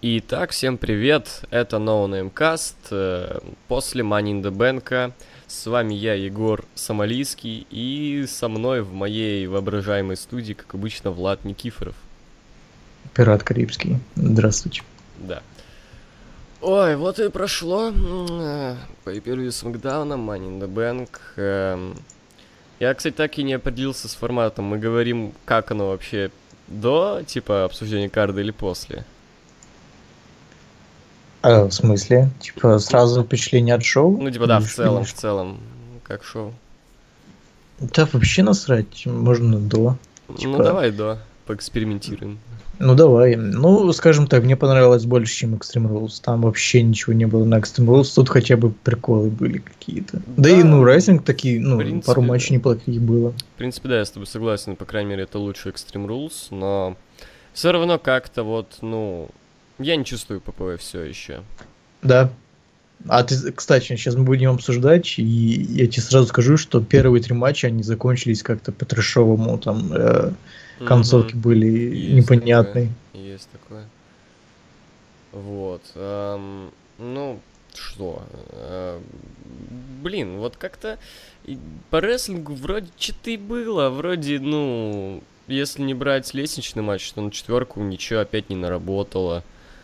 Итак, всем привет, это No Name Cast, после Money in the Bank. С вами я, Егор Самолийский, и со мной в моей воображаемой студии, как обычно, Влад Никифоров. Пират Карибский. Здравствуйте. Да. Ой, вот и прошло pay-per-view SmackDown, Money in the Bank. Я, кстати, так и не определился с форматом. Мы говорим, как оно вообще до, типа, обсуждения карда или после? А, в смысле? Типа сразу впечатление от шоу? Ну, типа, да, в целом, как шоу. Да, вообще насрать, можно до. Типа... Ну, давай, да, поэкспериментируем. Ну, давай. Ну, скажем так, мне понравилось больше, чем Extreme Rules. Там вообще ничего не было на Extreme Rules, тут хотя бы приколы были какие-то. Да и, ну, рестлинг такие, ну, принципе, пару матчей неплохих было. В принципе, да, я с тобой согласен, по крайней мере, это лучше Extreme Rules, но все равно как-то вот, ну, я не чувствую ППВ все еще. Да. А ты, кстати, сейчас мы будем обсуждать, и я тебе сразу скажу, что первые 3 матча, они закончились как-то по-трэшовому, там концовки были есть непонятные. Такое, есть такое. Вот. Ну, что? Блин, вот как-то по рестлингу вроде что-то и было, вроде, ну, если не брать лестничный матч, то на 4 ничего опять не наработало.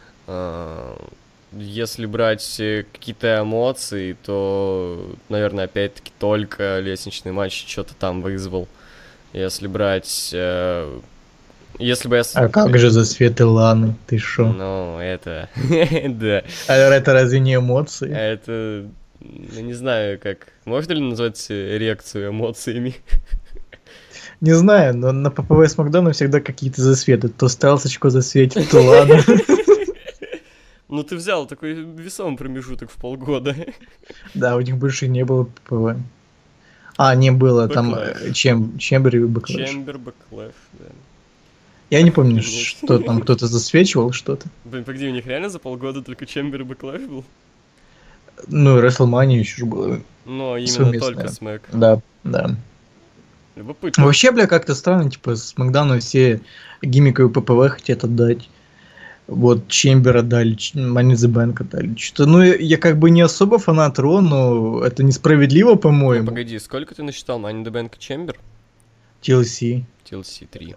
Если брать какие-то эмоции, то, наверное, опять-таки только лестничный матч что-то там вызвал. Если брать... Если бы я... А как же засветы Ланы? Ты шо? Ну, это... да. А это разве не эмоции? Это... Я не знаю, как... Можно ли назвать реакцию эмоциями? Не знаю, но на ППВ Смакдауна всегда какие-то засветы. То Стелсочку засветит, то Лана. Ну, ты взял такой весомый промежуток в полгода. Да, у них больше не было ППВ. А, не было, там Чембер и Бэклэш. Чембер, Бэклэш, да. Я не помню, что там кто-то засвечивал что-то. Блин, погоди, у них реально за полгода только Чембер и Бэклэш был? Ну, WrestleMania еще же было. Но именно только Смэк. Да, да. Любопытно. Вообще, бля, как-то странно, типа, с Макдауна все гиммиковые ППВ хотят отдать. Вот Чембера дали, Money in the Bank дали. Что-то, ну, я как бы не особо фанат Ро, но это несправедливо, по-моему. Ну, погоди, сколько ты насчитал? Money in the Bank и Чембер? TLC. TLC 3.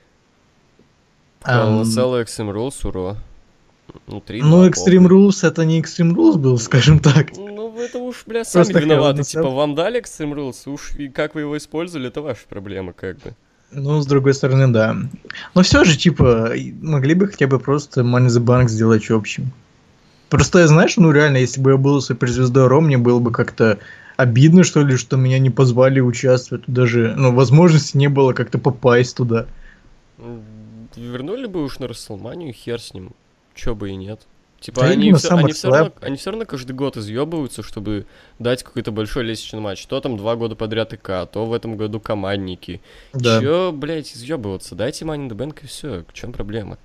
Целый Extreme Rules у Ро. Ну, 3, ну Extreme Rules это не Extreme Rules был, скажем так. Ну, это уж, бля, сами виноваты. Типа, вам дали Extreme Rules, уж и как вы его использовали, это ваша проблема, как бы. Ну, с другой стороны, да. Но все же, типа, могли бы хотя бы просто Money in the Bank сделать общим. Просто, знаешь, ну реально, если бы я был суперзвездой Ро, мне было бы как-то обидно, что ли, что меня не позвали участвовать. Даже, ну, возможности не было как-то попасть туда. Вернули бы уж на Расселманию, хер с ним. Чё бы и нет. Типа, да, они все равно каждый год изъебываются, чтобы дать какой-то большой лестничный матч. То там 2 года подряд ИК, то в этом году командники. Да. Чё, блядь, изъебываться? Дайте Money in the Bank и все. В чем проблема?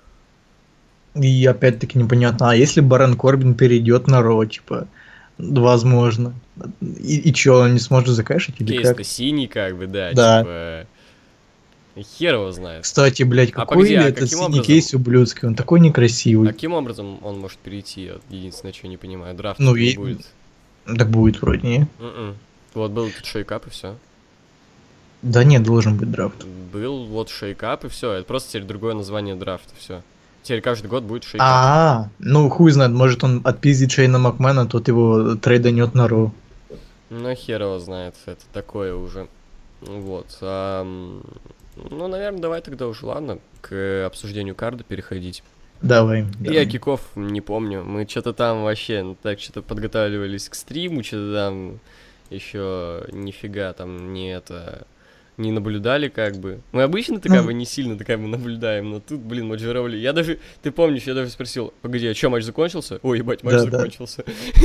И опять-таки непонятно, а если Барон Корбин перейдет на Ро, типа, возможно. И чё, он не сможет закэшить или Кейс-то как? синий, как бы, да. Да. Типа... Хер его знает. Кстати, блядь, какой это синий кейс ублюдский, он такой некрасивый. Каким образом он может перейти? Единственное, что я не понимаю, драфт ну, не будет. Так будет вроде, не? Вот был тут шейкап и все. Да нет, должен быть драфт. Был вот шейкап и все. Это просто теперь другое название драфта, все. Теперь каждый год будет шейкап. Ну хуй знает, может он отпиздит Шейна Макмена, тот его трейданет на Ро. Ну хер его знает, это такое уже. Вот. Ну, наверное, давай тогда уже, ладно, к обсуждению карда переходить. Давай. Я киков не помню. Мы что-то там вообще, так что-то подготавливались к стриму, что-то там еще нифига там не наблюдали, как бы. Мы обычно как бы не сильно как бы наблюдаем, но тут, блин, матч Роули. Я даже, ты помнишь, я даже спросил, погоди, а что, матч закончился? Ой, ебать, матч закончился.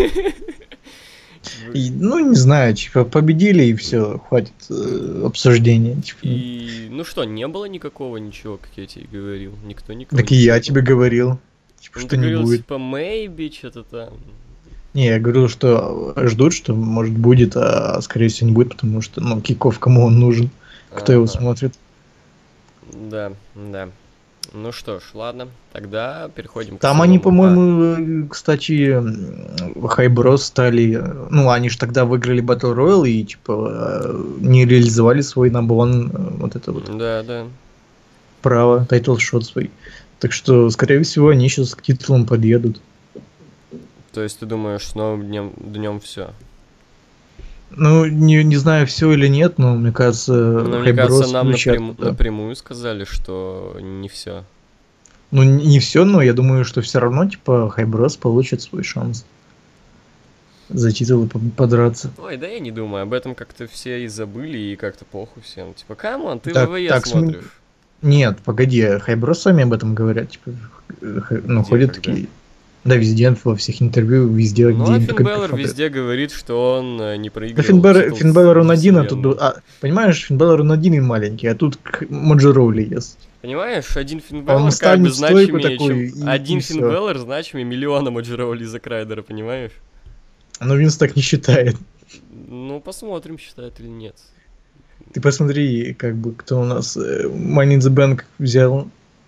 Ну, не знаю, типа, победили и все, хватит обсуждения. Типа. И, ну что, не было никакого ничего, как я тебе говорил? Никто никого. Так и я тебе говорил, типа, ну, что не будет. Типа, maybe, что-то там. Не, я говорил, что ждут, что, может, будет, а скорее всего не будет, потому что, ну, киков кому он нужен, кто его смотрит. Да, да. Ну что ж, ладно, тогда переходим к Там они, основному. по-моему, кстати, Хайброс стали... Ну, они же тогда выиграли Battle Royale и, типа, не реализовали свой number one, вот это вот Да, да. право, title shot свой. Так что, скорее всего, они сейчас к титулам подъедут. То есть ты думаешь, с новым днем все? Ну, не знаю, все или нет, но мне кажется, Но мне кажется, Хайброс нам включат туда. напрямую сказали, что не все. Ну, не все, но я думаю, что все равно, типа, Хайброс получит свой шанс за титулы подраться. Ой, да я не думаю, об этом как-то все и забыли, и как-то похуй всем. Типа, камон, ты Так, ВВЕ так, смотришь. нет, погоди, Хайброс сами об этом говорят, типа, ну, Где, ходят когда? такие, да, везде, во всех интервью, везде, Ну, где а они Финн только Бэлор смотрят. везде говорит, что он не Да проигрывал титул Финн Бэлор он в один, а вселенную. тут, понимаешь, Финн Бэлор он один и маленький, а тут Моджо Роули есть. Понимаешь, один Финн Он Бэлор как бы станет в стойку значимее, такую, чем... и Один Финн все. Бэлор значимее миллиона Моджи Зак Райдера, понимаешь? Но Винс так не считает. Ну, посмотрим, считает или нет. Ты посмотри, как бы, кто у нас Money in the Bank взял.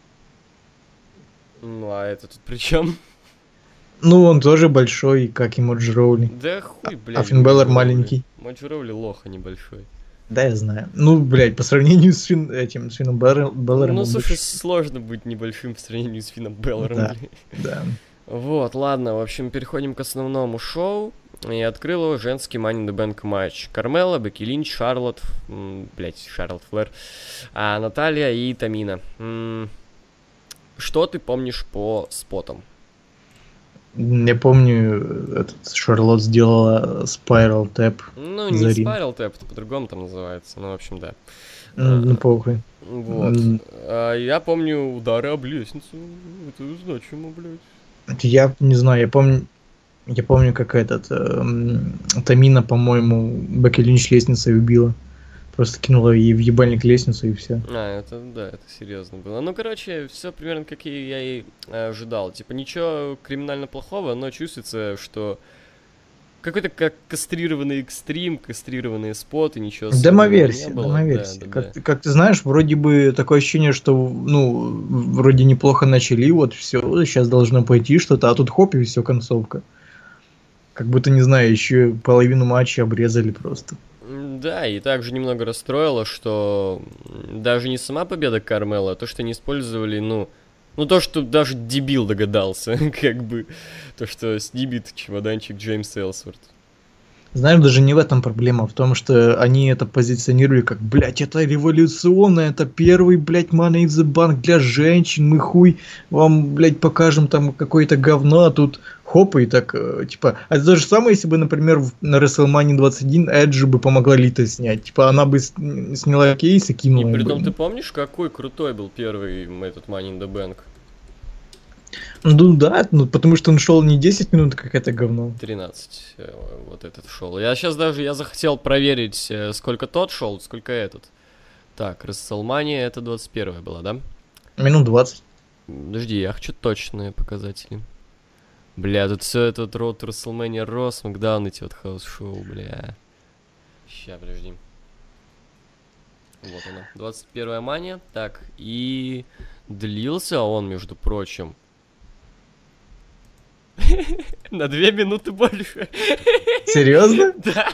Ну, а это тут при чем? Ну, он тоже большой, как и Моджо Роули. Да хуй, блядь. А Финн Бэлор маленький. Моджи Роули лох, а не большой. Да, я знаю. Ну, блядь, по сравнению с Финном Бэлором Ну, он слушай, больше. сложно быть небольшим в сравнении с Финном Бэлором, Да, блядь. да. Вот, ладно, в общем, переходим к основному шоу. И открыл его женский Money in the Bank матч. Кармела, Бекки Линч, Шарлотт, Шарлотт Флэр, Наталья и Тамина. Что ты помнишь по спотам? Я помню, Шарлотт сделала Spiral Tap. Ну, не Spiral Tap, это по-другому там называется. Ну, в общем, да. Ну, похуй. Вот. Я помню удары об лестницу. Это значимо, блядь. Я не знаю, я помню, как Тамина, по-моему, Бекки Линч лестницей убила. Просто кинула ей в ебальник лестницу и все. Это да, это серьезно было. Ну, короче, все примерно как и я и ожидал. Типа, ничего криминально плохого, но чувствуется, что какой-то как кастрированный экстрим, кастрированные споты, ничего особенного не было. Демоверсия. Да. Как ты знаешь, вроде бы такое ощущение, что, ну, вроде неплохо начали, вот все, сейчас должно пойти что-то, а тут хоп, и все, концовка. Как будто, не знаю, еще половину матча обрезали просто. Да, и также немного расстроило, что даже не сама победа Кармела, а то, что не использовали, ну, то, что даже дебил догадался, как бы, то, что снимет чемоданчик Джеймс Элсворт. Знаешь, даже не в этом проблема, в том, что они это позиционировали как, блядь, это революционно, это первый, блядь, Money in the Bank для женщин, мы хуй вам, блядь, покажем там какое-то говно, а тут хоп, и так, типа, а это то же самое, если бы, например, на WrestleMania 21 Эджи бы помогла Лита снять, типа, она бы сняла кейс и кинула. И бы. притом, ты помнишь, какой крутой был первый этот Money in the Bank? Ну да, ну, потому что он шел не 10 минут, как это говно. 13 вот этот шел. Я захотел проверить, сколько тот шел, сколько этот. Так, WrestleMania это 21 была, да? Минут 20. Подожди, я хочу точные показатели. Бля, тут все этот Road to WrestleMania Raw, SmackDown, эти вот хаус-шоу, бля. Ща, подожди. Вот она, 21 мания. Так, и длился он, между прочим, на 2 минуты больше. Серьезно? Да.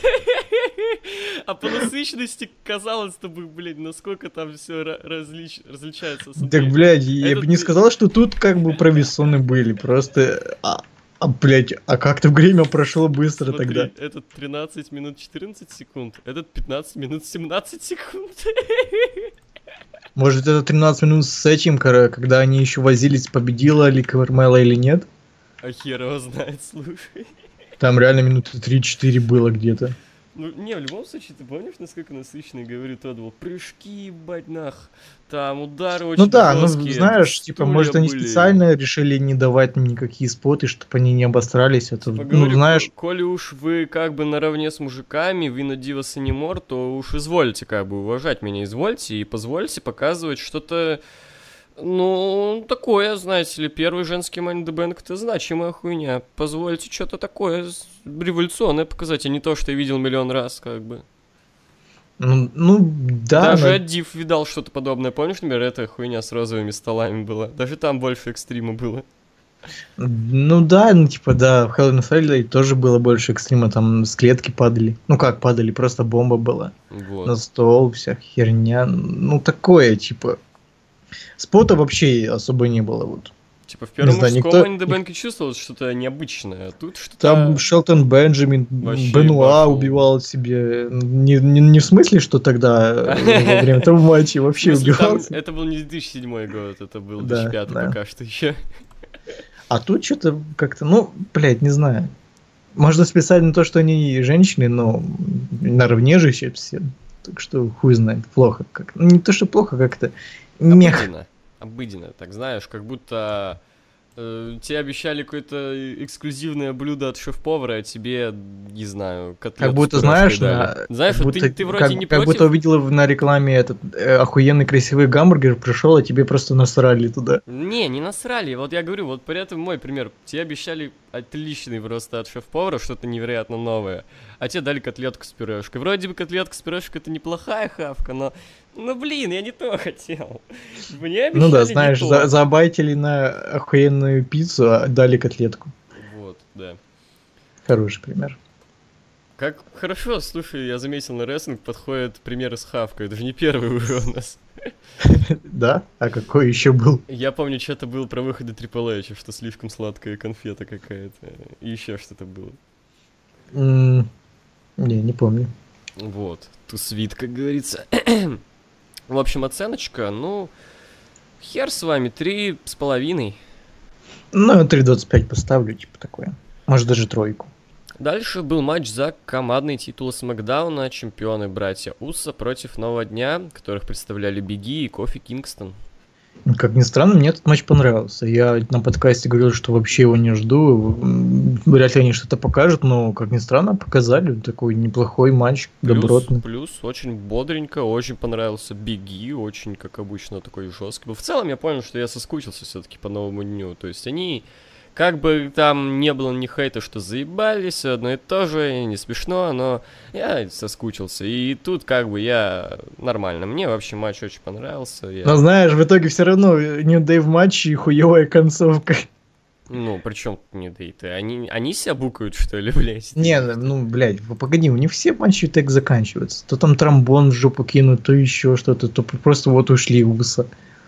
А по насыщенности казалось, чтобы, блядь, насколько там все различается. Так, блядь, я бы не сказал, что тут как бы провисоны были, просто... блядь, а как-то время прошло быстро тогда. Этот 13 минут 14 секунд, этот 15 минут 17 секунд. Может, это 13 минут с этим, когда они еще возились, победила ли Кармела или нет? А хер его знает, слушай. Там реально минуты 3-4 было где-то. Ну, не, в любом случае, ты помнишь, насколько насыщенный, говорю, тот был прыжки, ебать, нах, там удары очень Ну да, жесткие, ну знаешь, типа, может, они были. специально решили не давать никакие споты, чтобы они не обосрались. Это, Типа, ну, говорю, знаешь... коли уж вы как бы наравне с мужиками, вы на Divas Anymore, то уж извольте как бы уважать меня, извольте и позвольте показывать что-то, ну, такое, знаете ли, первый женский Money in the Bank — это значимая хуйня. Позвольте что-то такое революционное показать, а не то, что я видел миллион раз, как бы. Да, Даже но- от Div видал что-то подобное. Помнишь, например, эта хуйня с розовыми столами была? Даже там больше экстрима было. типа, да, в Hell in a Cell тоже было больше экстрима, там с клетки падали. Ну как падали, просто бомба была. На Вот. стол, вся херня. Ну, такое, типа. Спота вообще особо не было, вот. Типа в Не первом знаю, мужском никто... Money in the Bank чувствовалось что-то необычное, а тут Там что-то Шелтон Бенджамин, вообще Бенуа ебашил. убивал себе. Не в смысле, что тогда во время того матча В вообще смысле, там убивался. это был не 2007 год, это был Да, 2005 да. пока что еще. А тут что-то как-то, блядь, не знаю. Можно списать на то, что они женщины, но наравне же еще все. Так что хуй знает, плохо как. Не то, что плохо, как-то мех. Обыденно. Обыденно, так знаешь, как будто тебе обещали какое-то эксклюзивное блюдо от шеф-повара, а тебе, не знаю, котлету Как будто, с пюрешкой знаешь, дали. Знаешь, как вот будто, ты вроде не как против... будто увидела на рекламе этот охуенный красивый гамбургер, пришел, а тебе просто насрали туда. Не насрали. Вот я говорю, вот при этом мой пример. Тебе обещали отличный просто от шеф-повара, что-то невероятно новое. А тебе дали котлетку с пюрешкой. Вроде бы котлетка с пюрешкой это неплохая хавка, но... Ну блин, я не то хотел. Мне обещали Ну да, не знаешь, то. забайтили на охуенную пиццу, а дали котлетку. Вот, да. Хороший пример. Как хорошо, слушай, я заметил, на рестлинг подходит примеры с хавкой. Это же не первый уже у нас. Да? А какой еще был? Я помню, что-то было про выходы Triple H, что слишком сладкая конфета какая-то. И еще что-то было. Не помню. Вот, тусвит, как говорится. В общем, оценочка, ну, хер с вами, 3,5. Ну, 3.25 поставлю, типа такое. Может, даже тройку. Дальше был матч за командный титул Смакдауна, чемпионы братья Уса против Нового Дня, которых представляли Бигги и Кофи Кингстон. Как ни странно, мне этот матч понравился. Я на подкасте говорил, что вообще его не жду. Вряд ли они что-то покажут, но, как ни странно, показали. Такой неплохой матч, добротный. Плюс очень бодренько, очень понравился Бигги, очень, как обычно, такой жесткий был. В целом я понял, что я соскучился все-таки по Новому Дню. То есть они, как бы там не было ни хейта, что заебались, одно и то же, не смешно, но я соскучился. И тут как бы я нормально. Мне вообще матч очень понравился. Но знаешь, в итоге все равно New Day в матче и хуевая концовка. Ну, причем не дейты? Они себя букают, что ли, блядь? Не, блядь, погоди, у них все матчи так заканчиваются. То там тромбон в жопу кинут, то еще что-то, то просто вот ушли в уса.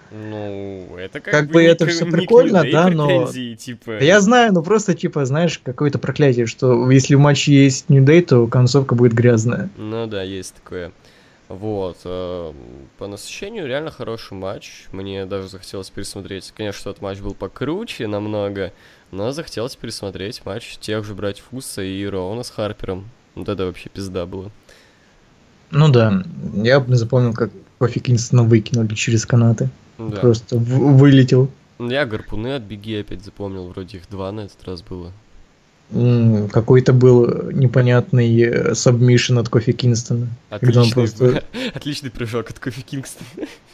Ну, это Как бы это все прикольно, да, но... типа... Я знаю, но просто, типа, знаешь, какое-то проклятие, что если в матче есть New Day, то концовка будет грязная. Ну да, есть такое. Вот. По насыщению реально хороший матч. Мне даже захотелось пересмотреть. Конечно, тот матч был покруче намного, но захотелось пересмотреть матч тех же братьев Уса и Роуна с Харпером. Вот это вообще пизда было. Ну да, я бы запомнил, как Кофи Кингстона выкинули через канаты. Да. Просто вылетел. Я гарпуны от Бигги опять запомнил. Вроде их 2 на этот раз было. Какой-то был непонятный сабмишн от Кофи Кингстона. Когда он просто... Отличный прыжок от Кофи Кингстона.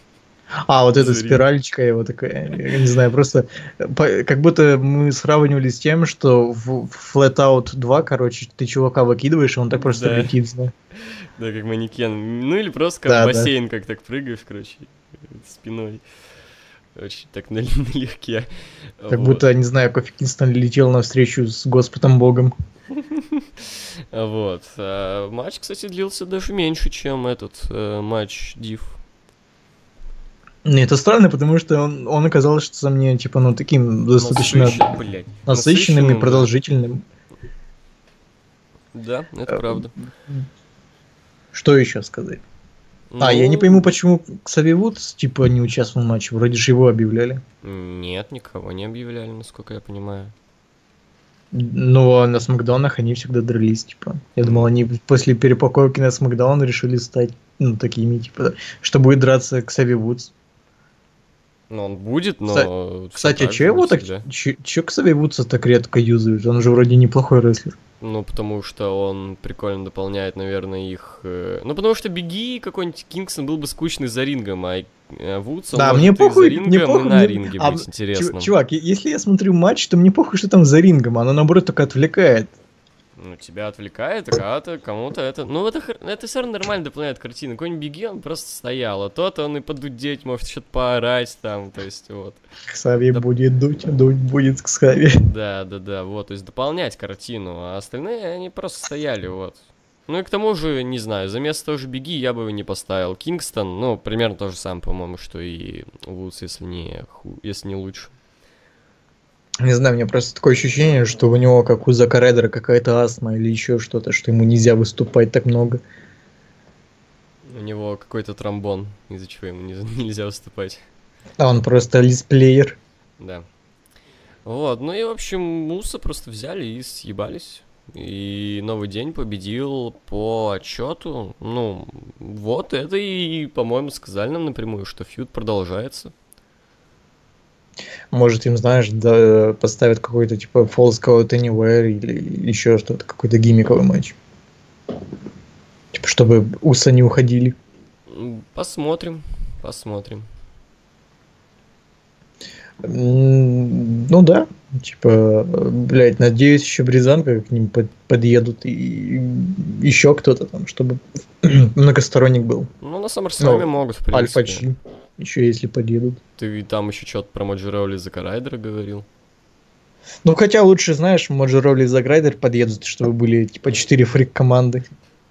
А, вот эта Зарим. спиральчика его такая, я не знаю, просто как будто мы сравнивали с тем, что в Flat Out 2, короче, ты чувака выкидываешь, и он так просто Да. летит, знаешь. Да, как манекен. Ну или просто как Да, в да. бассейн, как так прыгаешь, короче, спиной. Очень так налегке. Как будто, не знаю, Кофи Кингстон летел навстречу с Господом Богом. Вот. Матч, кстати, длился даже меньше, чем этот матч Див. Не, это странно, потому что он оказался мне, типа, таким достаточно Блядь. насыщенным и да. продолжительным. Да, это правда. Что еще сказать? Я не Ну, пойму, почему Ксави Вудс, типа, не участвовал в матче. Вроде же его объявляли. Нет, никого не объявляли, насколько я понимаю. Но на Смакдаунах они всегда дрались, типа. Я думал, они после перепаковки на Смакдаун решили стать, такими, типа, что будет драться Ксави Вудс. Ну, он будет, но... Кстати, всё че его же так... всегда. Че Ксави Вудса так редко юзают? Он же вроде неплохой рестлер. Ну, потому что он прикольно дополняет, наверное, их... Ну, потому что Бигги какой-нибудь Кингстон был бы скучный за рингом, а Вудс, он Да, может мне и похуй, за мне рингом, похуй. и на ринге быть интересным. Чувак, если я смотрю матч, то мне похуй, что там за рингом. Оно, наоборот, только отвлекает. Ну, тебя отвлекает, а кому-то это... Ну, это все равно нормально дополняет картину. Какой-нибудь Бигги, он просто стоял, а тот он и подудеть, может, что-то поорать там, то есть вот. Ксави будет дуть, а дуть будет Ксави. Да, вот, то есть дополнять картину, а остальные, они просто стояли, вот. Ну и к тому же, не знаю, за место тоже Бигги я бы его не поставил. Кингстон, ну, примерно то же самое, по-моему, что и Вудс, если не лучше. Не знаю, у меня просто такое ощущение, что у него, как у Зака Райдера, какая-то астма или еще что-то, что ему нельзя выступать так много. У него какой-то тромбон, из-за чего ему нельзя выступать. А он просто лисплеер. Да. Вот, ну и, в общем, Муса просто взяли и съебались. И Новый День победил по отчету. Ну, вот это и, по-моему, сказали нам напрямую, что фьюд продолжается. Может, им, знаешь, да, поставят какой-то типа Falls Count Anywhere или еще что-то, какой-то гиммиковый матч. Типа, чтобы Уса не уходили. Посмотрим. Ну да, типа, блядь, надеюсь, еще Бризанка к ним подъедут и еще кто-то там, чтобы многосторонник был. Ну, на SummerSlam могут, в принципе. Альфа Чи, еще если подъедут. Ты там еще что-то про Моджи Роули и Зака Райдера говорил. Ну, хотя лучше, знаешь, Моджи Роули и Зак Райдер подъедут, чтобы были, типа, 4 фрик-команды.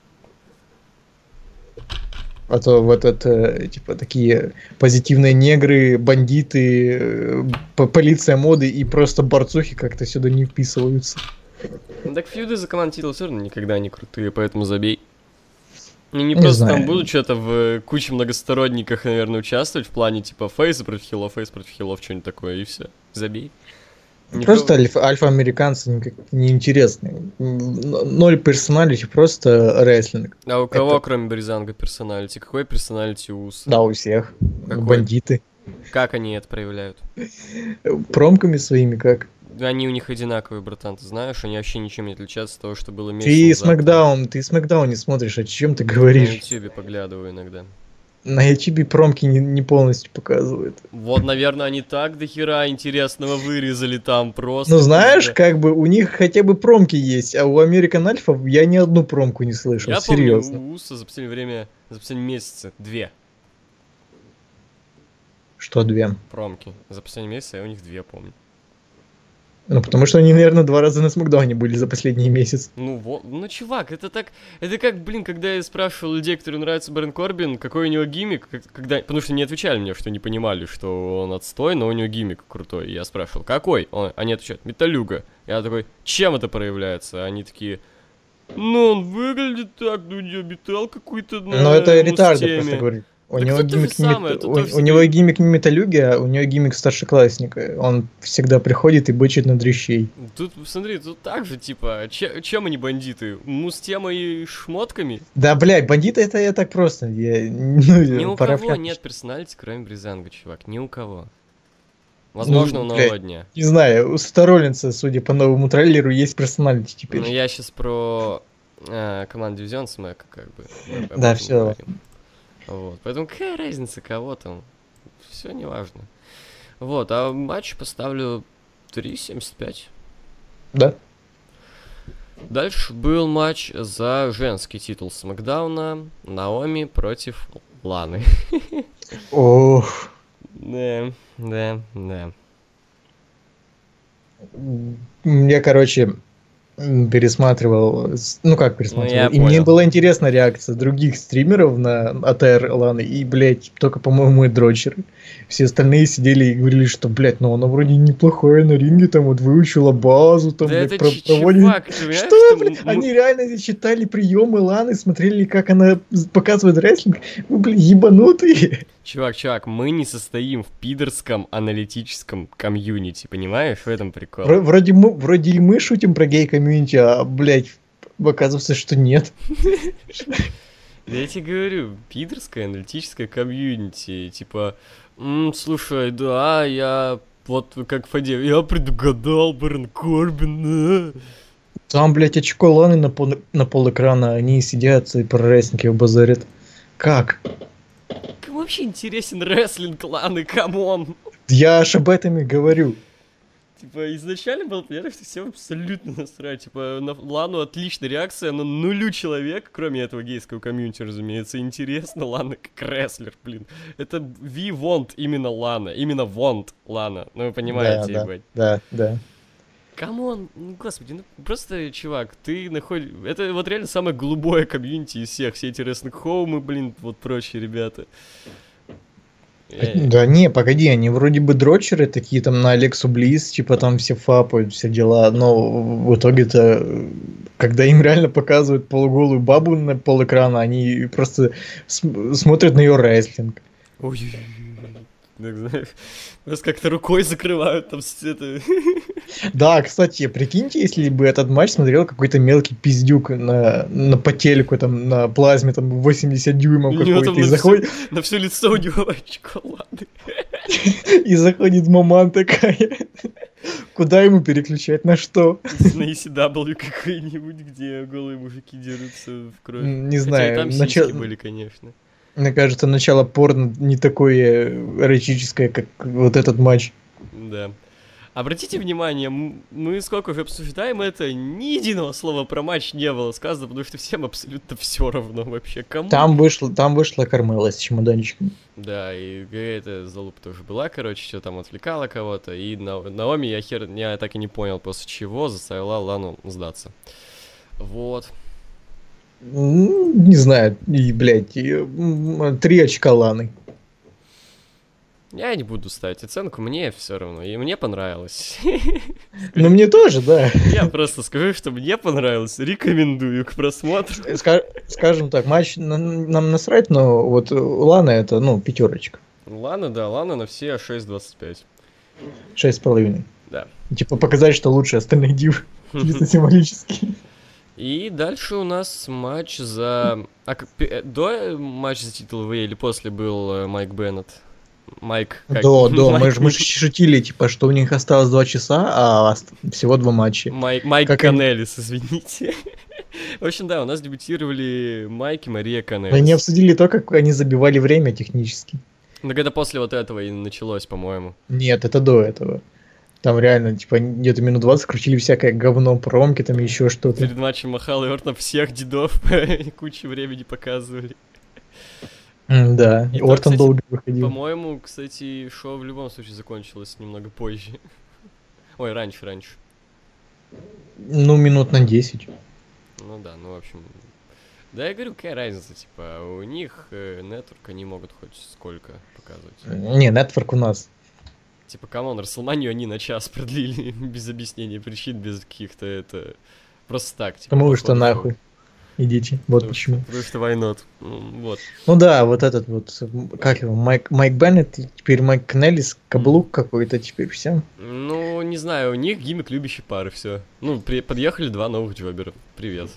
А то вот это, типа, такие позитивные негры, бандиты, полиция моды и просто борцухи как-то сюда не вписываются. Ну, так фьюды за команд титул все равно никогда не крутые, поэтому забей. И не просто знаю. Там будут что-то в куче многосторонниках, наверное, участвовать в плане, типа, фейс против хилов, что-нибудь такое, и все. Забей. Просто альфа-американцы неинтересные. 0 персоналити, просто рестлинг. А у кого, кроме Бризанга, персоналити? Какой персоналити у Уса? Да, у всех. Какой? Бандиты. Как они это проявляют? Промками своими как? Они у них одинаковые, братан, ты знаешь? Они вообще ничем не отличаются от того, что было месяц Ты Смакдаун не смотришь, о чем ты говоришь? На ютубе поглядываю иногда. На ютубе промки не полностью показывают. Вот, наверное, они так до хера интересного вырезали там просто. Ну, знаешь, как бы у них хотя бы промки есть, а у American Alpha я ни одну промку не слышал, я серьезно. Помню, у Уса за последние месяцы 2. Что 2? Промки. За последние месяцы я у них 2 помню. Ну, потому что они, наверное, 2 раза на Смакдауне были за последний месяц. Ну, вот, ну, чувак, это как, блин, когда я спрашивал людей, которым нравится Бэрон Корбин, какой у него гиммик, потому что не отвечали мне, что не понимали, что он отстой, но у него гиммик крутой. И я спрашивал, какой? Они отвечают, металюга. Я такой, чем это проявляется? Они такие, ну, он выглядит так, ну, у него металл какой-то на Ну, это ретарды теме. просто говорит. У Так него это гиммик, то же самое, это тоже у него гиммик не металюги, а у него гиммик старшеклассника. Он всегда приходит и бычит на дрищей. Тут, смотри, тут так же, типа, чем они бандиты? Мустемой и шмотками? Да, блядь, бандиты это я так просто. Ни у кого нет персоналити, кроме Бризанга, чувак, ни у кого. Возможно, у нового дня. Не знаю, у Сета Роллинса, судя по новому трейлеру, есть персоналити теперь. Ну, я сейчас про команду Division Smack, как бы. Да, все. Вот, поэтому какая разница, кого там? Все неважно. Вот, а матч поставлю 3.75. Да. Дальше был матч за женский титул Смакдауна. Наоми против Ланы. Ох. Да. Я, короче, пересматривал, Ну, и мне была интересна реакция других стримеров на АТР Ланы, и, блядь, только, по-моему, и дрочеры. Все остальные сидели и говорили, что, блядь, ну она вроде неплохая на ринге, там вот выучила базу, там, да блядь, это проводит... чувак, ты понимаешь, Что, блядь? Они реально читали приемы Ланы, смотрели, как она показывает рестлинг. Вы, блядь, ебанутые. Чувак, мы не состоим в пидорском аналитическом комьюнити, понимаешь? В этом прикол. Вроде и мы шутим про гей-комьюнити, а, блядь, оказывается, что нет. Я тебе говорю, пидорское аналитическое комьюнити, типа, слушай, да, я вот как Фаде, я предугадал Бэрон Корбин, Там, блядь, очко Ланы на пол экрана, они сидят и про рестлинг базарят. Как? Кому вообще интересен рестлинг Ланы, камон? Я аж об этом и говорю. Типа, изначально было понятно, что всем абсолютно насрать. Типа, на Лану отличная реакция, но нулю человек, кроме этого гейского комьюнити, разумеется, интересно Лана как рестлер, блин. Это we want именно Лана, именно want Лана. Ну, вы понимаете, Да, ебать. да. Камон, господи, ну просто, чувак, ты находишь... Это вот реально самое голубое комьюнити из всех. Все эти рестлинг-хоумы, блин, вот прочие ребята. Да не, погоди, они вроде бы дрочеры такие там на Алексу Близ, типа там все фапают, все дела, но в итоге-то, когда им реально показывают полуголую бабу на полэкрана, они просто смотрят на ее рестлинг. Ой, так, знаешь, просто как-то рукой закрывают там это... Да, кстати, прикиньте, если бы этот матч смотрел какой-то мелкий пиздюк на по телеку, там, на плазме, там, 80 дюймов какой-то, и заходит... На все лицо у него шоколады. И заходит маман такая. Куда ему переключать, на что? На ECW какой-нибудь, где голые мужики дерутся в кровь. Не Хотя знаю, и там сиськи были, конечно. Мне кажется, начало порно не такое эротическое, как вот этот матч. Да. Обратите внимание, мы сколько уже обсуждаем это, ни единого слова про матч не было сказано, потому что всем абсолютно все равно вообще. Кому? Там вышла Кармела с чемоданчиком. Да, и эта залупа тоже была, короче, что там отвлекала кого-то, и Наоми я так и не понял, после чего заставила Лану сдаться. Вот. Не знаю, и, блядь, 3 очка Ланы. Я не буду ставить оценку, мне все равно, и мне понравилось. Ну, мне тоже, да. Я просто скажу, что мне понравилось, рекомендую к просмотру. Скажем так, матч нам насрать, но вот Лана это, 5. Лана, да, Лана на все 6.25. 6,5. Да. Типа показать, что лучше остальных див. Чисто символически. И дальше у нас матч за... До матча за титул ВЕ или после был Майк Беннет? Майк... До. Мы же шутили, типа, что у них осталось 2 часа, а всего 2 матча. Майк Канелис, извините. В общем, да, у нас дебютировали Майк и Мария Канелис. Они обсудили то, как они забивали время технически. Ну, это после вот этого и началось, по-моему. Нет, это до этого. Там реально, типа, где-то минут 20 крутили всякое говно, промки, там еще что-то. Перед матчем Махал и Ортон всех дедов кучу времени показывали. Да, и Ортон долго выходил. По-моему, кстати, шоу в любом случае закончилось немного позже. Ой, раньше. Ну, минут на 10. Ну да, в общем... Да я говорю, какая разница, типа, у них нетворк, они могут хоть сколько показывать. Не, нетворк у нас. Типа, камон, Расселманию они на час продлили, без объяснения причин, без каких-то, просто так, типа. Потому что нахуй. Идите, вот почему. Потому что why not? Вот. Ну да, вот этот вот, как его, Майк Беннет, теперь Майк Канелис, каблук какой-то теперь, все. Ну, не знаю, у них гиммик любящей пары, все. Ну, подъехали 2 новых джобера. Привет.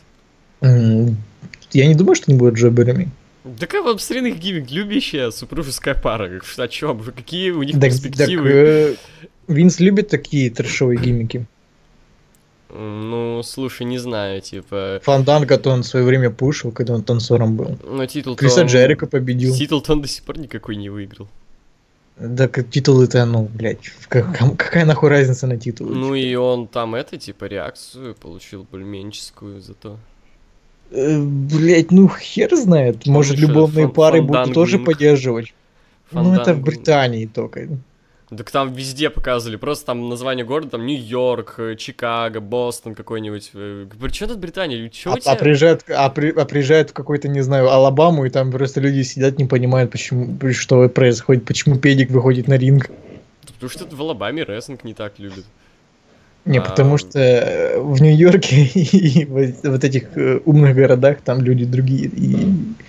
Я не думаю, что они будут джоберами. Да как вам посмотри на их гиммик, любящая супружеская пара, о чем? Какие у них перспективы? Винс любит такие трэшовые гиммики. Ну, слушай, не знаю, типа... Фанданго-то он в свое время пушил, когда он танцором был. Но титул-то Криса Джерика победил. Титул-то он до сих пор никакой не выиграл. Да, титулы-то, блядь, какая нахуй разница на титулы? Ну и он там реакцию получил бульменческую зато. Блять, хер знает. Может, любовные пары будут тоже поддерживать. Ну, это в Британии только. Так там везде показывали, просто там название города, там Нью-Йорк, Чикаго, Бостон какой-нибудь. Причем тут Британия? Приезжают в какой-то, не знаю, Алабаму, и там просто люди сидят, не понимают, почему, что происходит, почему педик выходит на ринг. Потому что в Алабаме рестлинг не так любят. Не, потому что в Нью-Йорке и вот этих умных городах там люди другие и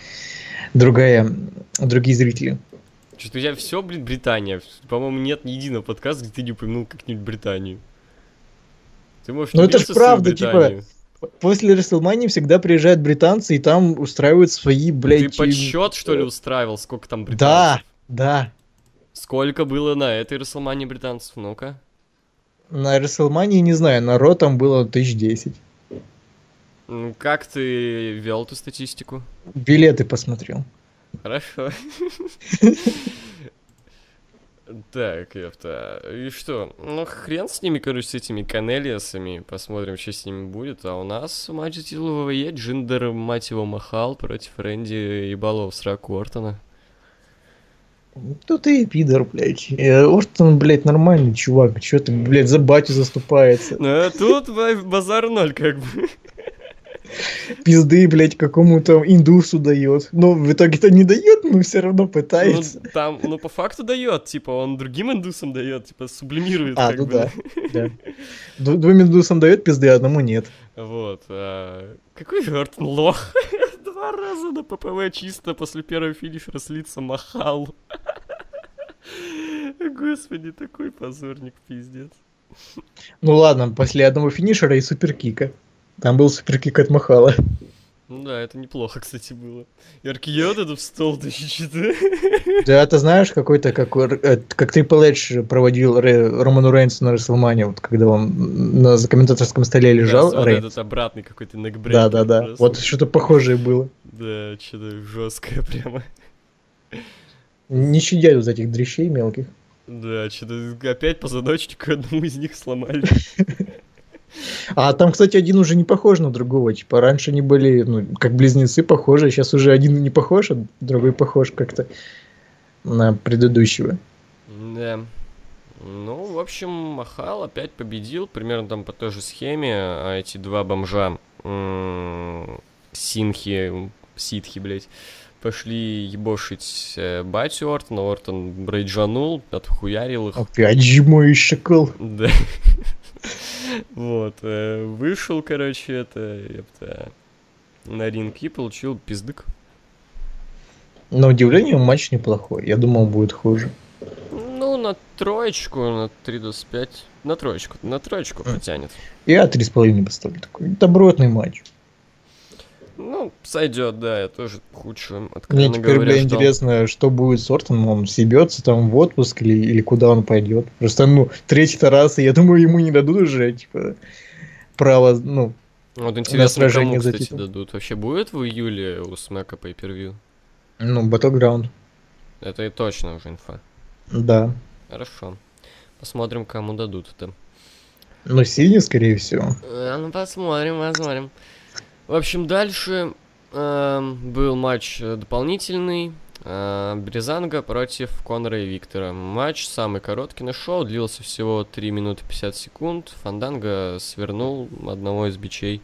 другие зрители. Что-то у тебя все, Британия. По-моему, нет ни единого подкаста, где ты не упомянул как-нибудь Британию. Ты можешь... Ну это ж правда, типа, после Расселмании всегда приезжают британцы и там устраивают свои, блядь... Ты подсчет, что ли, устраивал, сколько там британцев? Да. Сколько было на этой Расселмании британцев? Ну-ка. На Расселмании, не знаю, на Ро там было 1010. Как ты вел эту статистику? Билеты посмотрел. Хорошо. Так, ёпта. И что? Ну, хрен с ними, короче, с этими Канелиасами. Посмотрим, что с ними будет. А у нас матч за титул ВВЕ. Джиндер, мать его, Махал против Рэнди Ебалов с Раку Ортона. Ну ты и пидор, блядь. Ортон, блядь, нормальный чувак. Чё ты, блядь, за батю заступается? Ну, а тут базар ноль, как бы. Пизды, блядь, какому-то индусу дает. Но в итоге-то не дает, но все равно пытается. Ну, там, ну, по факту дает, типа, он другим индусам дает, типа, сублимирует, А, как ну бы. да. Да. Двум индусам дает пизды, а одному нет. Вот. Какой Ортон лох. 2 раза на ППВ чисто после первого финишера слиться Махал. Господи, такой позорник, пиздец. Ну ладно, после одного финишера и суперкика. Там был суперкик от Махала. Ну да, это неплохо, кстати, было. И аркиот это в стол, ты что-то. Да, ты знаешь, какой-то, как Triple H проводил Роману Рейнсу на Расселмане, вот когда он на комментаторском столе лежал. Да, Рейнс. этот обратный какой-то некбрейкер. Да. Вот что-то похожее было. Да, что-то жесткое прямо. Не щадят вот этих дрищей мелких. Да, что-то опять позвоночник одному из них сломали. А там, кстати, один уже не похож на другого. Типа, раньше они были, ну, как близнецы похожи, сейчас уже один не похож, а другой похож как-то на предыдущего. Да. Ну, в общем, Махал опять победил, примерно там по той же схеме, а эти два бомжа, ситхи, блядь, пошли ебошить батю Ортона, Ортон брейджанул, отхуярил их. Опять же мой шакал. Да. Вот, вышел, короче, на ринг и получил пиздык. На удивление, матч неплохой. Я думал, будет хуже. Ну, на троечку, на 3-5. На троечку потянет. Я 3,5 поставлю. Такой добротный матч. Ну, сойдет, да, я тоже худшую, Мне откровенно теперь, говоря, бля, ждал. интересно, что будет с Ортоном. Он съебется там в отпуск или куда он пойдет. Просто, ну, третий-то раз, и я думаю, ему не дадут уже, типа, право, ну, Вот на интересно, кому, сражение за кстати, титул. дадут. Вообще будет в июле у Смэка pay-per-view? Ну, Battleground. Это и точно уже инфа. Да. Хорошо. Посмотрим, кому дадут это. Ну, Синий, скорее всего. Ну, посмотрим. В общем, дальше был матч дополнительный. Бризанга против Конора и Виктора. Матч самый короткий на шоу, длился всего 3 минуты 50 секунд. Фанданго свернул одного из бичей.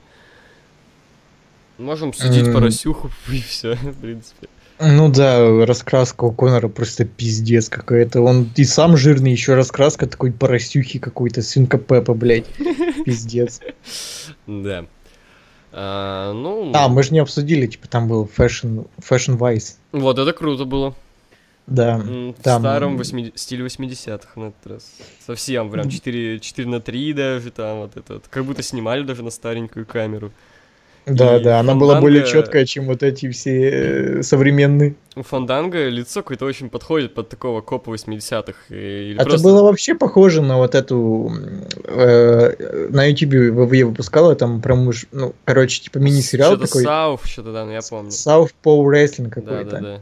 Можем судить по Расюху и все, в принципе. Ну да, раскраска у Конора просто пиздец какая-то. Он и сам жирный, еще раскраска такой поросюхи какой-то, свинка Пеппа, блядь. Пиздец. Да. Ну... мы же не обсудили, типа там был Fashion Vice. Вот это круто было. Да. В там... старом стиле 80-х на этот раз. Совсем прям 4:3 даже там вот это. Как будто снимали даже на старенькую камеру. Да, она была более четкая, чем вот эти все современные. У Фанданго лицо какое-то очень подходит под такого копа 80-х. Это просто... было вообще похоже на вот эту... на YouTube ВВЕ выпускала там прям, ну, короче, типа мини-сериал что-то такой. что-то там, я помню. South Pole Wrestling какой-то. Да.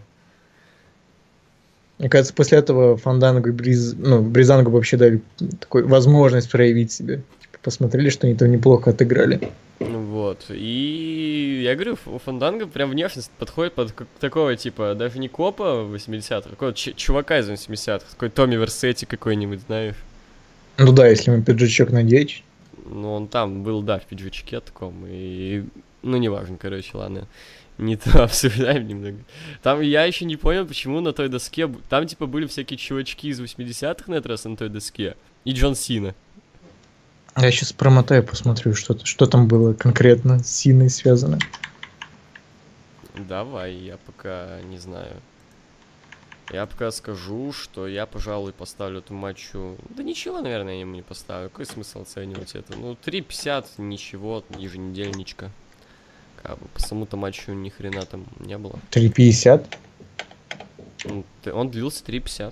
Мне кажется, после этого Фанданго и Бризангу вообще дали такую возможность проявить себя. Типа, посмотрели, что они там неплохо отыграли. Вот. И я говорю, у Фанданго прям внешность подходит под такого типа, даже не копа 80-х, такого чувака из 80-х, такой Томми Версетти какой-нибудь, знаешь. Ну да, если ему пиджачок надеть. Ну, он там был, да, в пиджачке таком, и... Ну, неважно, короче, ладно. Не то обсуждаем немного. Там я еще не понял, почему на той доске... Там, типа, были всякие чувачки из 80-х на этот раз на той доске. И Джон Сина. Я сейчас промотаю, посмотрю, что там было конкретно с Синой связано. Давай, я пока не знаю. Я пока скажу, что я, пожалуй, поставлю эту матчу... Да ничего, наверное, я ему не поставлю. Какой смысл оценивать это? Ну, 3.50, ничего, еженедельничка. Как бы по самому-то матчу ни хрена там не было. 3.50? Он длился 3.50.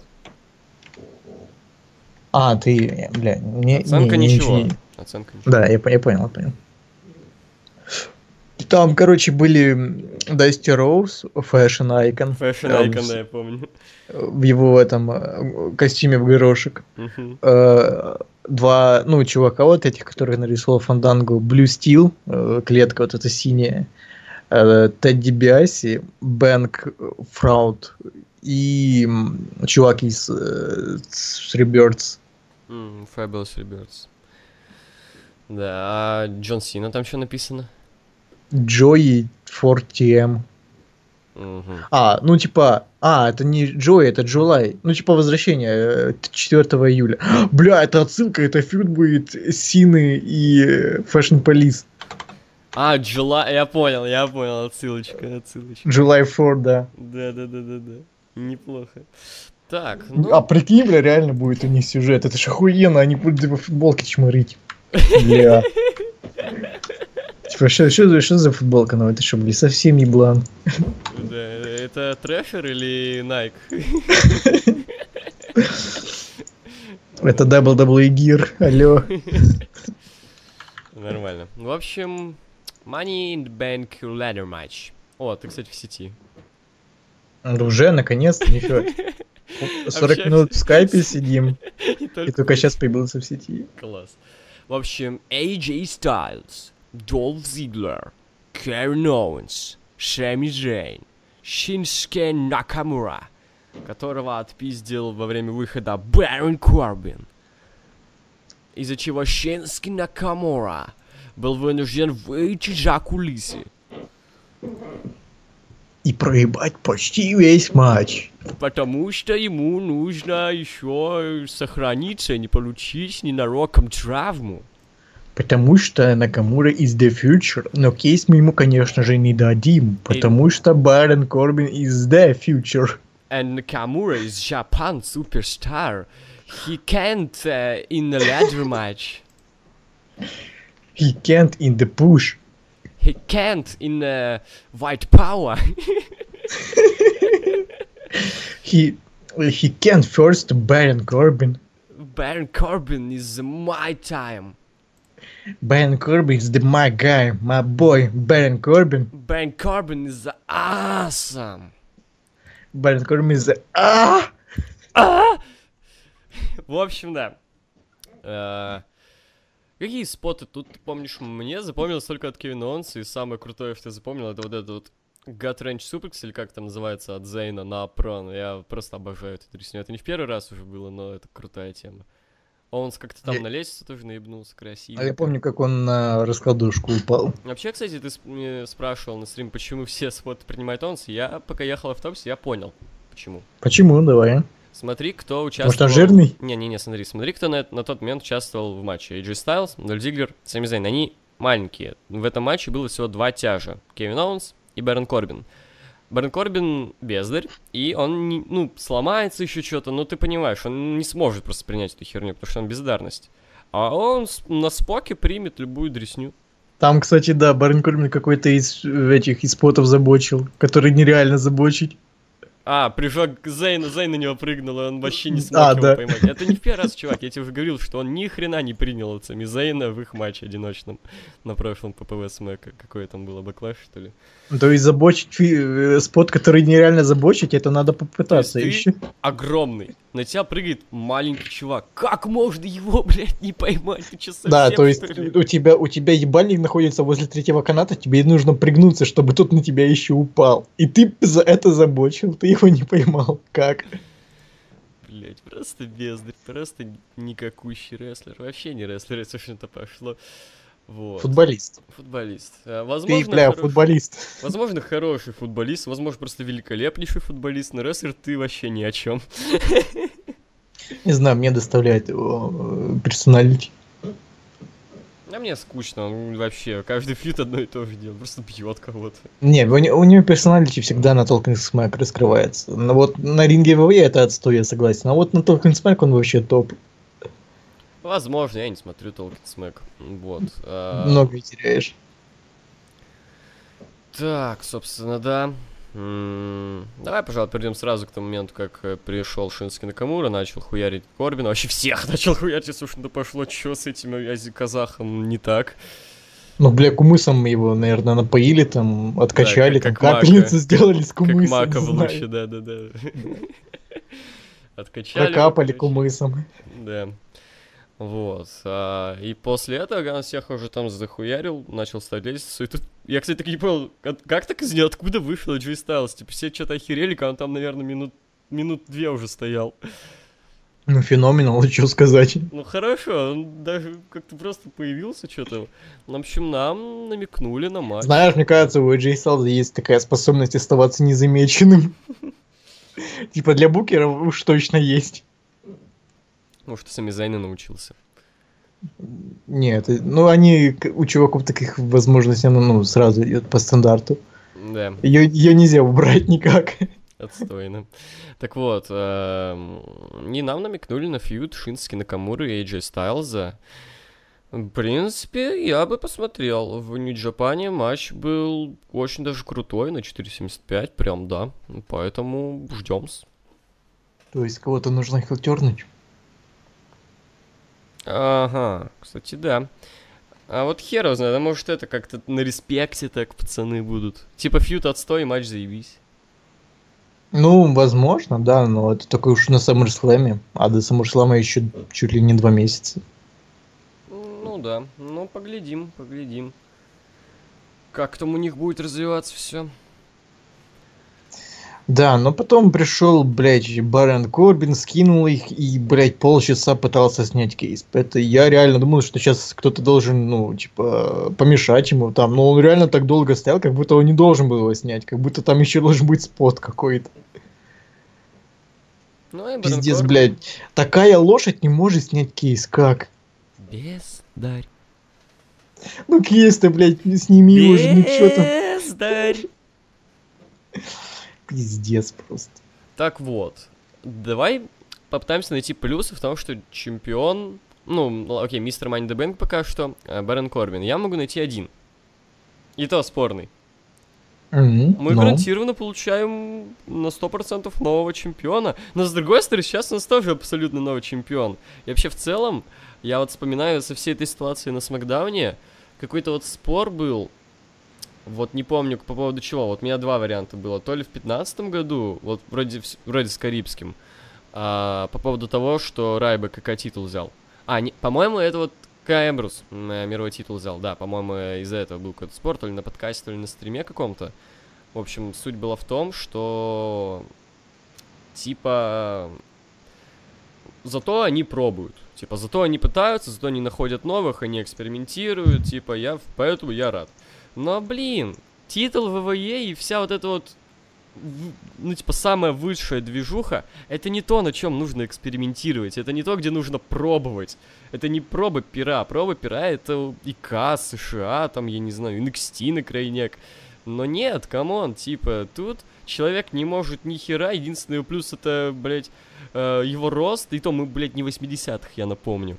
Ты, бля, Оценка ничего. Оценка ничего. Да, я понял. Там, короче, были Дасти Роуз, Fashion Icon. Fashion Icon, да, я помню. В его этом костюме в горошек. Мгм. Два, чувака вот этих, которые нарисовал Фандангу. Blue Steel, клетка вот эта синяя. Тедди Биаси, Бэнк Фрауд и чувак из Rebirths. Fabulous Rebirths. Да, а Джон Сина там что написано? Джои 4TM. Мгм. Это не Джои, это Джулай. Возвращение 4 июля. Бля, это отсылка, это фьюд будет Сины и Fashion Police. July, я понял, отсылочка. July 4, да. Да. Неплохо. Так, Прикинь, бля, реально будет у них сюжет. Это ж охуенно, они будут по футболке чморить. Бля. Что за футболка? Это что, блин, совсем еблан. Да, это Трефер или Nike? Это WWE Gear, алло. Нормально. В общем, Money in the Bank Ladder Match. О, ты, кстати, в сети. Уже, наконец-то, ничего. 40 минут в скайпе сидим, и только сейчас появился в сети. Класс. В общем, AJ Styles, Dolph Ziggler, Kevin Owens, Sami Zayn, Shinsuke Nakamura, которого отпиздил во время выхода Бэрон Корбин, из-за чего Шински Накамура был вынужден выйти за кулисы. И проебать почти весь матч. Потому что ему нужно еще сохраниться, не получить ненароком травму. Потому что Накамура is the future, но кейс мы ему, конечно же, не дадим, потому что Барон Корбин is the future. And Nakamura is Japan superstar. He can't in the ladder match. He can't in the push. He can't in white power. He can't first Baron Corbin. Baron Corbin is my time. Baron Corbin is my guy, my boy, Baron Corbin. Baron Corbin is awesome. Baron Corbin is В общем, да. Какие споты тут, ты помнишь, мне запомнилось только от Кевина Оуэнса, и самое крутое, что я запомнил, это вот этот вот Gut Range Suplex, или как там называется, от Зейна на Прон. Я просто обожаю эту тресню. Это не в первый раз уже было, но это крутая тема. Оуэнс как-то там на лестницу тоже наебнулся красиво. А я помню, как он на раскладушку упал. Вообще, кстати, ты мне спрашивал на стрим, почему все споты принимают Оуэнс. Я пока ехал в автобусе, я понял, почему. Почему? Давай. Смотри, кто участвовал... Может, он жирный? Не, смотри, кто на тот момент участвовал в матче. AJ Styles, Дольф Зиглер, Сами Зейн. Они маленькие. В этом матче было всего 2 тяжа. Кевин Оуэнс и Бэрон Корбин. Бэрон Корбин бездарь, и он, сломается еще что-то, но ты понимаешь, он не сможет просто принять эту херню, потому что он бездарность. А он на споке примет любую дресню. Там, кстати, да, Бэрон Корбин какой-то из спотов забочил, который нереально забочить. Прыжок Зейна на него прыгнул, и он вообще не смог его поймать. Это не в первый раз, чувак, я тебе уже говорил, что он ни хрена не принял от Сами Зейна в их матче одиночном на прошлом ППВ Смэка. Какое там было, бэклэш, что ли? То есть забочить спот, который нереально забочить, это надо попытаться еще. Огромный. На тебя прыгает маленький чувак. Как можно его, блядь, не поймать? Ты что, совсем, да, то есть у тебя ебальник находится возле третьего каната, тебе нужно пригнуться, чтобы тот на тебя еще упал. И ты за это забочил, ты его не поймал. Как? Блядь, просто бездарь, просто никакущий рестлер. Вообще не рестлер, если что-то пошло. Вот. Футболист. Возможно, футболист. Возможно, хороший футболист, возможно, просто великолепнейший футболист, но рестлер ты вообще ни о чем. Не знаю, мне доставляет его персоналити. А мне скучно, он вообще каждый фьюд одно и то же делает, просто бьет кого-то. Не, у него персоналити всегда на Talking Smack раскрывается. Но вот на ринге ВВЕ это отстой, я согласен. А вот на Talking Smack он вообще топ. Возможно, я не смотрю Talking Smack. Вот. Много теряешь. Так, собственно, да. Давай, пожалуй, перейдем сразу к тому моменту, как пришел Шински Накамура, начал хуярить Корбина. Вообще всех начал хуярить, слушай, да пошло, что с этим казахом не так. Ну, бля, кумысом его, наверное, напоили, там, Да, откачали, там, как мака. капельницу сделали с Как кумысом, мака не в луче, знаю. да-да-да. Да. Откачали его, Прокапали короче. кумысом. Да. Вот. И после этого Ган всех уже там захуярил, начал ставить лестницу. И тут я, кстати, так не понял, как так из ниоткуда вышел Джей Стайлз? Типа все что-то охерели, когда он там, наверное, минут 2 уже стоял. Ну, феноменал, что сказать. Ну хорошо, он даже как-то просто появился что-то. В общем, нам намекнули на матч. Знаешь, мне кажется, у AJ Styles есть такая способность оставаться незамеченным. Типа для букеров уж точно есть. Может, Сами Зайна научился. Нет, ну они, у чуваков таких возможностей, ну, сразу идет по стандарту. Да, Ее нельзя убрать никак. отстойно. Так вот, и нам намекнули на фьюд Шински Накамуры и AJ Стайлза. В принципе, я бы посмотрел. В Нью-Джапане матч был очень даже крутой, на 4.75, прям, да. Поэтому ждем-с. То есть кого-то нужно хилтернуть. Ага, кстати, да. А вот хер его знает, а может это как-то на респекте так пацаны будут. Типа фьюд отстой, матч заебись. Ну, возможно, да, но это только уж на SummerSlam, а до SummerSlam еще чуть ли не 2 месяца. Ну да, ну поглядим, поглядим. Как там у них будет развиваться все. Да, но потом пришел, блядь, Барон Корбин, скинул их и, блядь, полчаса пытался снять кейс. Это я реально думал, что сейчас кто-то должен, ну, типа, помешать ему там. Но он реально так долго стоял, как будто он не должен был его снять. Как будто там еще должен быть спот какой-то. Ну и Барон Пиздец, Корбин. блядь. Такая лошадь не может снять кейс. Как? Бездарь. Ну, кейс-то, блядь, сними его же, ничего там. Бездарь. Пиздец просто. Так вот, давай попытаемся найти плюсы в том, что чемпион, ну, окей, мистер Money in the Bank пока что, Барон Корбин. Я могу найти один. И то спорный. Мы Ну. гарантированно получаем на 100% нового чемпиона. Но с другой стороны, сейчас у нас тоже абсолютно новый чемпион. И вообще в целом, я вот вспоминаю со всей этой ситуации на Смакдауне, какой-то вот спор был. Вот не помню по поводу чего. Вот у меня два варианта было. То ли в 2015 году, вот вроде с Карибским, по поводу того, что Райбек КК титул взял. По-моему, это вот Эмбрус мировой титул взял. Да, по-моему, из-за этого был какой-то спор, то ли на подкасте, то ли на стриме каком-то. В общем, суть была в том, что типа зато они пробуют. Типа, зато они пытаются, зато они находят новых, они экспериментируют. Типа, поэтому я рад. Но, блин, титул ВВЕ и вся вот эта вот, ну, типа, самая высшая движуха, это не то, на чем нужно экспериментировать. Это не то, где нужно пробовать. Это не проба пера. Проба пера — это ИК, США, там, я не знаю, NXT на крайняк. Но нет, камон, типа, тут человек не может ни хера. Единственный плюс — это, блядь, его рост. И то мы, блядь, не 80-х, я напомню.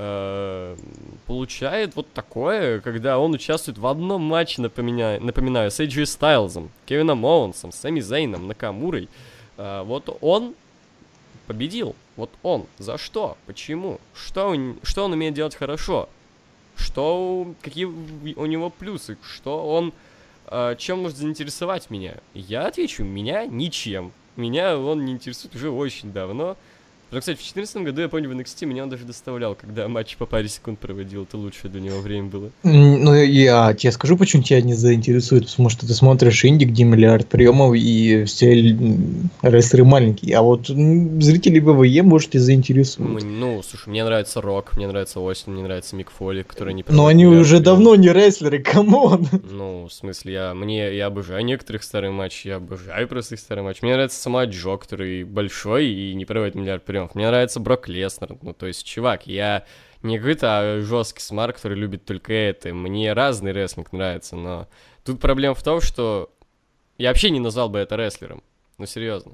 Получает вот такое, когда он участвует в одном матче, напоминаю, с AJ Стайлзом, Кевином Оуэнсом, Сами Зейном, Накамурой. Вот он победил. Вот он. За что? Почему? Что он умеет делать хорошо? Какие у него плюсы? Что он... чем может заинтересовать меня? Я отвечу, меня ничем. Меня он не интересует уже очень давно. Но, кстати, в 2014 году, я помню, в NXT меня он даже доставлял, когда матч по паре секунд проводил. Это лучшее для него время было. Ну, я тебе скажу, почему тебя не заинтересует. Потому что ты смотришь инди, где миллиард приемов, и все рестлеры маленькие. А вот зрители ВВЕ, может, и заинтересуют. Ну, слушай, мне нравится Рок, мне нравится Остин, мне нравится Мик Фоли, которые не Но они уже давно не рестлеры, камон. Ну, в смысле, я обожаю некоторых старых матчей, я обожаю просто их старые матчи. Мне нравится сама Джо, который большой и не проводит миллиард приемов. Мне нравится Брок Леснер. Ну, то есть, чувак, я не какой-то жесткий смарт, который любит только это. Мне разный рестлинг нравится, но тут проблема в том, что я вообще не назвал бы это рестлером. Ну, серьезно.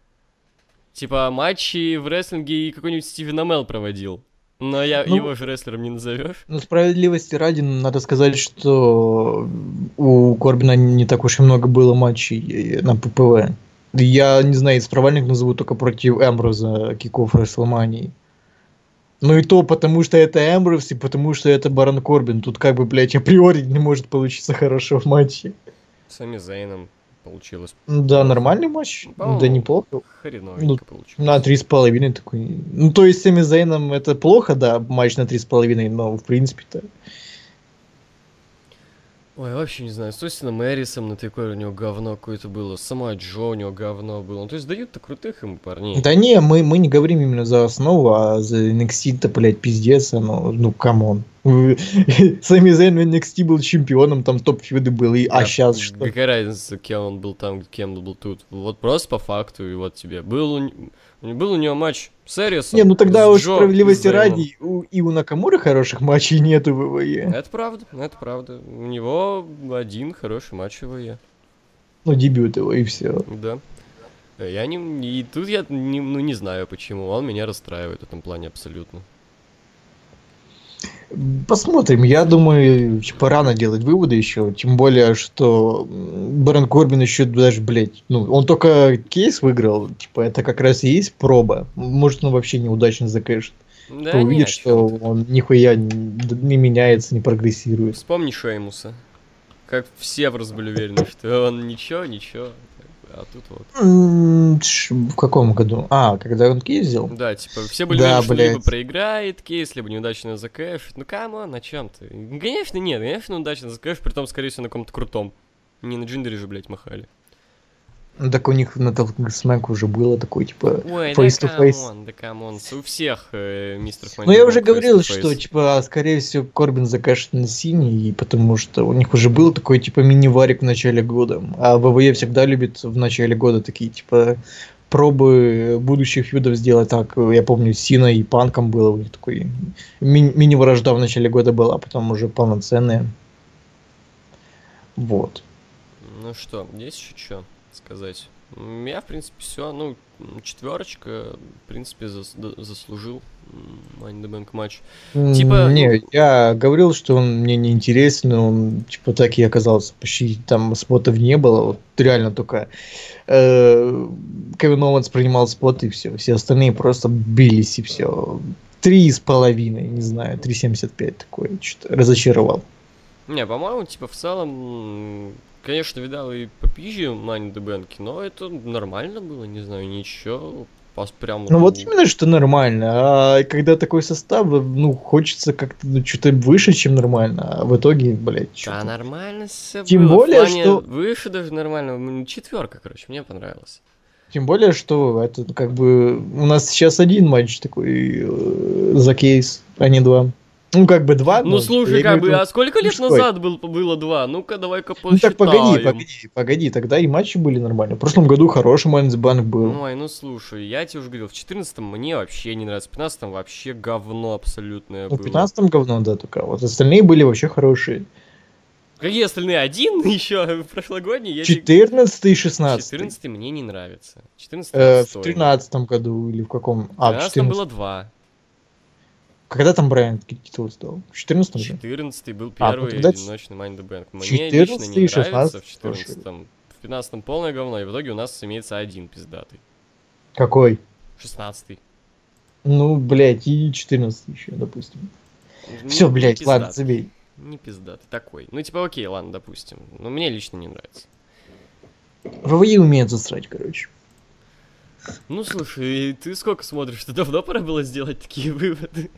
Типа, матчи в рестлинге какой-нибудь Стивен Амелл проводил. Но его же рестлером не назовешь. Ну, справедливости ради, надо сказать, что у Корбина не так уж и много было матчей на ППВ. Я не знаю, из провальных назову только против Эмброза, Киков Рестлмании. Ну и то потому, что это Эмброс и потому, что это Барон Корбин. Тут как бы, блядь, априори не может получиться хорошо в матче. Сами Зейном получилось Да, плохо. нормальный матч. Да, По-моему, неплохо. Ну, хреновенько получилось. на 3,5 такой. Ну, то есть с Сами Зейном это плохо, да, матч на 3,5, но в принципе-то. Ой, вообще не знаю, с Остином Эрисом на такое у него говно какое-то было, сама Джо у него говно было. Ну, то есть дают-то крутых ему парней. Да не, мы не говорим именно за основу, а за NXT-то, блядь, пиздец, оно, ну, камон. Сами Зейн в NXT был чемпионом, там топ-фьюды был, а сейчас что? Какая разница, кем он был там, кем он был тут. Вот просто по факту, и вот тебе. Был у него матч с Эрисом. Не, ну тогда с уж Джо справедливости и Зейном. ради, и у Накамуры хороших матчей нету в ВВЕ. Это правда, это правда. У него один хороший матч в ВВЕ. Ну, дебют его, и все. Да. Я не... И тут я не знаю почему. Он меня расстраивает в этом плане абсолютно. Посмотрим. Я думаю, типа, рано делать выводы еще. Тем более, что Барон Корбин еще даже, блядь, ну, он только кейс выиграл. Типа, это как раз и есть проба. Может, он вообще неудачно закэшит. Да, То не увидит, о что чём ты. он нихуя не меняется, не прогрессирует. Вспомни Шеймуса. Как все просто были уверены, что он ничего. А тут вот. В каком году? А, когда он кейс сделал? Да, типа, все были Да, уверены, что либо блядь. проиграет кейс, либо неудачно закэфит. Ну, камон, на чем ты? Конечно, нет, конечно, удачно закэфит, при том, скорее всего, на каком-то крутом. Не на Джиндере же, блядь, махали. Ну, так у них на Смэк уже было такой, типа, Ой, face-to-face. да камон, у всех мистеров Ну, я уже говорил, face-to-face. что, типа, скорее всего, Корбин закажет на синий, потому что у них уже был такой, типа, мини-варик в начале года. А ВВЕ всегда любит в начале года такие, типа, пробы будущих видов сделать так. Я помню, с Синой и Панком было у них такой мини-вражда в начале года была, а потом уже полноценная. Вот. Ну что, есть еще что сказать? Я, в принципе, все. Ну, 4, в принципе, заслужил Money in the Bank матч. Типа, Не, я говорил, что он мне не интересен, он типа так и оказался. Почти там спотов не было. Вот реально только Кевин Оуэнс принимал спот и все. Все остальные просто бились и все. 3,5, не знаю, 3,75 такое. Что-то разочаровал. не, по-моему, типа, в целом, конечно, видал и попизже Money in the Bank, но это нормально было, не знаю, ничего. Прям Ну вот именно, что нормально. А когда такой состав, ну, хочется как-то что-то выше, чем нормально. А в итоге, блядь, Да, что-то. нормально все Тем было. более, В плане что- выше даже нормально. 4, короче, мне понравилось. Тем более, что это как бы у нас сейчас один матч такой за кейс, а не два. Ну, как бы два. Ну, но, слушай, я как имею в бы, виду а сколько лет мужской. назад было 2? Ну-ка, давай-ка Ну посчитаем. так погоди, тогда и матчи были нормальные. В прошлом году хороший Money in the Bank был. Ой, ну слушай, я тебе уже говорил, в 14-м мне вообще не нравится, в 15-м вообще говно абсолютное Ну, было. в 15-м говно, да, только. Вот остальные были вообще хорошие. Какие остальные? Один еще прошлогодний? 14 и 16. 14 мне не нравится. 14 В отстойный. 13-м году или в каком? В А, в 13 было 14. 2. Когда там Брайан титул стал? В 14-м же? 14 был А, ну первый тогда одиночный Money in the Bank. Мне лично 14 не и нравится 16 в 14-м. В 15-м полное говно, и в итоге у нас имеется один пиздатый. Какой? 16-й. Ну, блядь, и 14 еще, допустим. Все, блядь, ладно, забей. Не пиздатый, такой. Ну, типа, окей, ладно, допустим. Но мне лично не нравится. ВВЕ умеет засрать, короче. Ну, слушай, ты сколько смотришь? Ты давно пора было сделать такие выводы?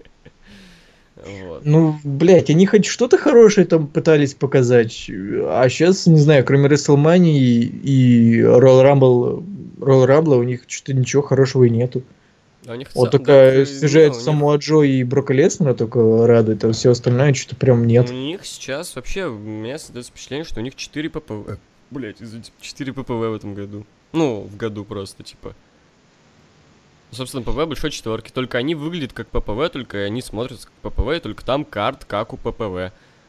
Вот. Ну, блядь, они хоть что-то хорошее там пытались показать, а сейчас, не знаю, кроме WrestleMania и Royal Rumble у них что-то ничего хорошего и нету. А у них Вот ца- только да, сюжет не, у них- Самуа Джо и Брока Леснера только радует, а все остальное что-то прям нет. У них сейчас вообще, у меня создается впечатление, что у них 4 ППВ. Блять, извините, 4 ППВ в этом году. Ну, в году просто, типа. Собственно, ППВ большой четверки. Только они выглядят как ППВ, только они смотрятся как ППВ, и только там карт как у ППВ.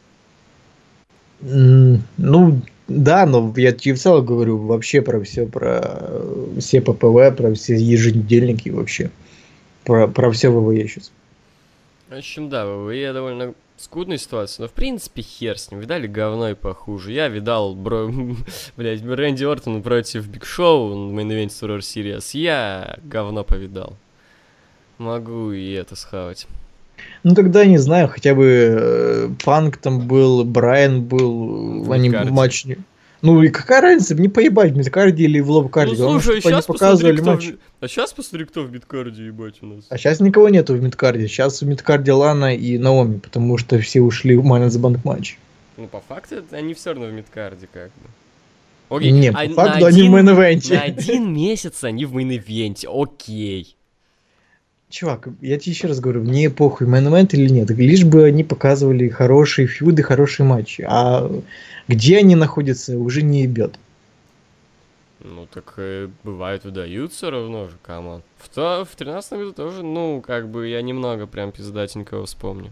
Ну, да, но я тебе в целом говорю вообще про все ППВ, про все еженедельники вообще. Про все ВВЕ сейчас. В общем, да, в ВВЕ довольно скудная ситуация, но в принципе хер с ним. Видали говно и похуже. Я видал, блять, Рэнди Ортон против Биг Шоу в мейн-ивенте Survivor Series. Я говно повидал. Могу и это схавать. Ну тогда не знаю, хотя бы Панк там был, Брайан был, В они мидкарде. матч не... Ну и какая разница, мне поебать, в мидкарде или в лобкарде. Ну Главное, слушай, чтобы они сейчас посмотри, показывали кто матч. А сейчас посмотри, кто в мидкарде, ебать, у нас. А сейчас никого нету в мидкарде. Сейчас в мидкарде Лана и Наоми, потому что все ушли в Money in the Bank матч. Ну, по факту, они все равно в мидкарде, как бы. Окей. Не, по на факту они в мейн-эвенте. На один месяц они в мейн-ивенте, окей. Чувак, я тебе еще раз говорю, мне похуй, мейн-эвент или нет. Лишь бы они показывали хорошие фьюды, хорошие матчи. А где они находятся, уже не ебет. Ну, так бывает, выдают все равно же, камон. В 13 году тоже, ну, как бы, я немного прям пиздатенького вспомню.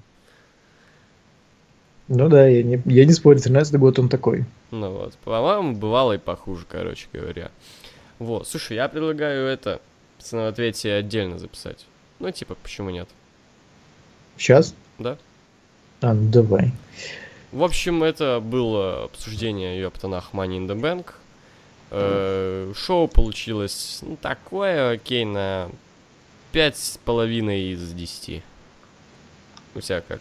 Ну да, я не спорю, 13-й год он такой. Ну вот, по-моему, бывало и похуже, короче говоря. Вот, слушай, я предлагаю это в ответе отдельно записать. Ну, типа, почему нет? Сейчас? Да. А, ну давай. В общем, это было обсуждение ёптанах Money in the Bank. Шоу получилось, ну, такое, окей, на 5,5 из 10. У тебя как?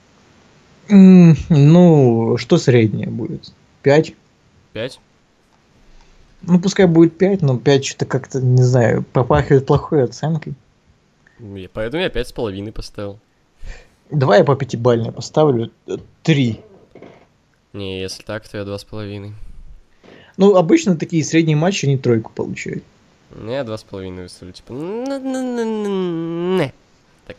Ну, что среднее будет? 5? 5? Ну, пускай будет 5, но 5 что-то как-то, не знаю, попахивает плохой оценкой. Поэтому я 5,5 поставил. Давай я по 5-бальной поставлю 3. Не, если так, то я 2,5. Ну, обычно такие средние матчи, они 3 получают. Не, я 2,5 выставлю, типа... Не. Так,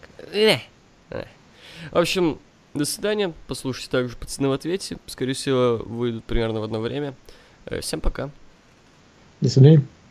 В общем, до свидания. Послушайте также пацаны в ответе. Скорее всего, выйдут примерно в одно время. Всем пока. До свидания.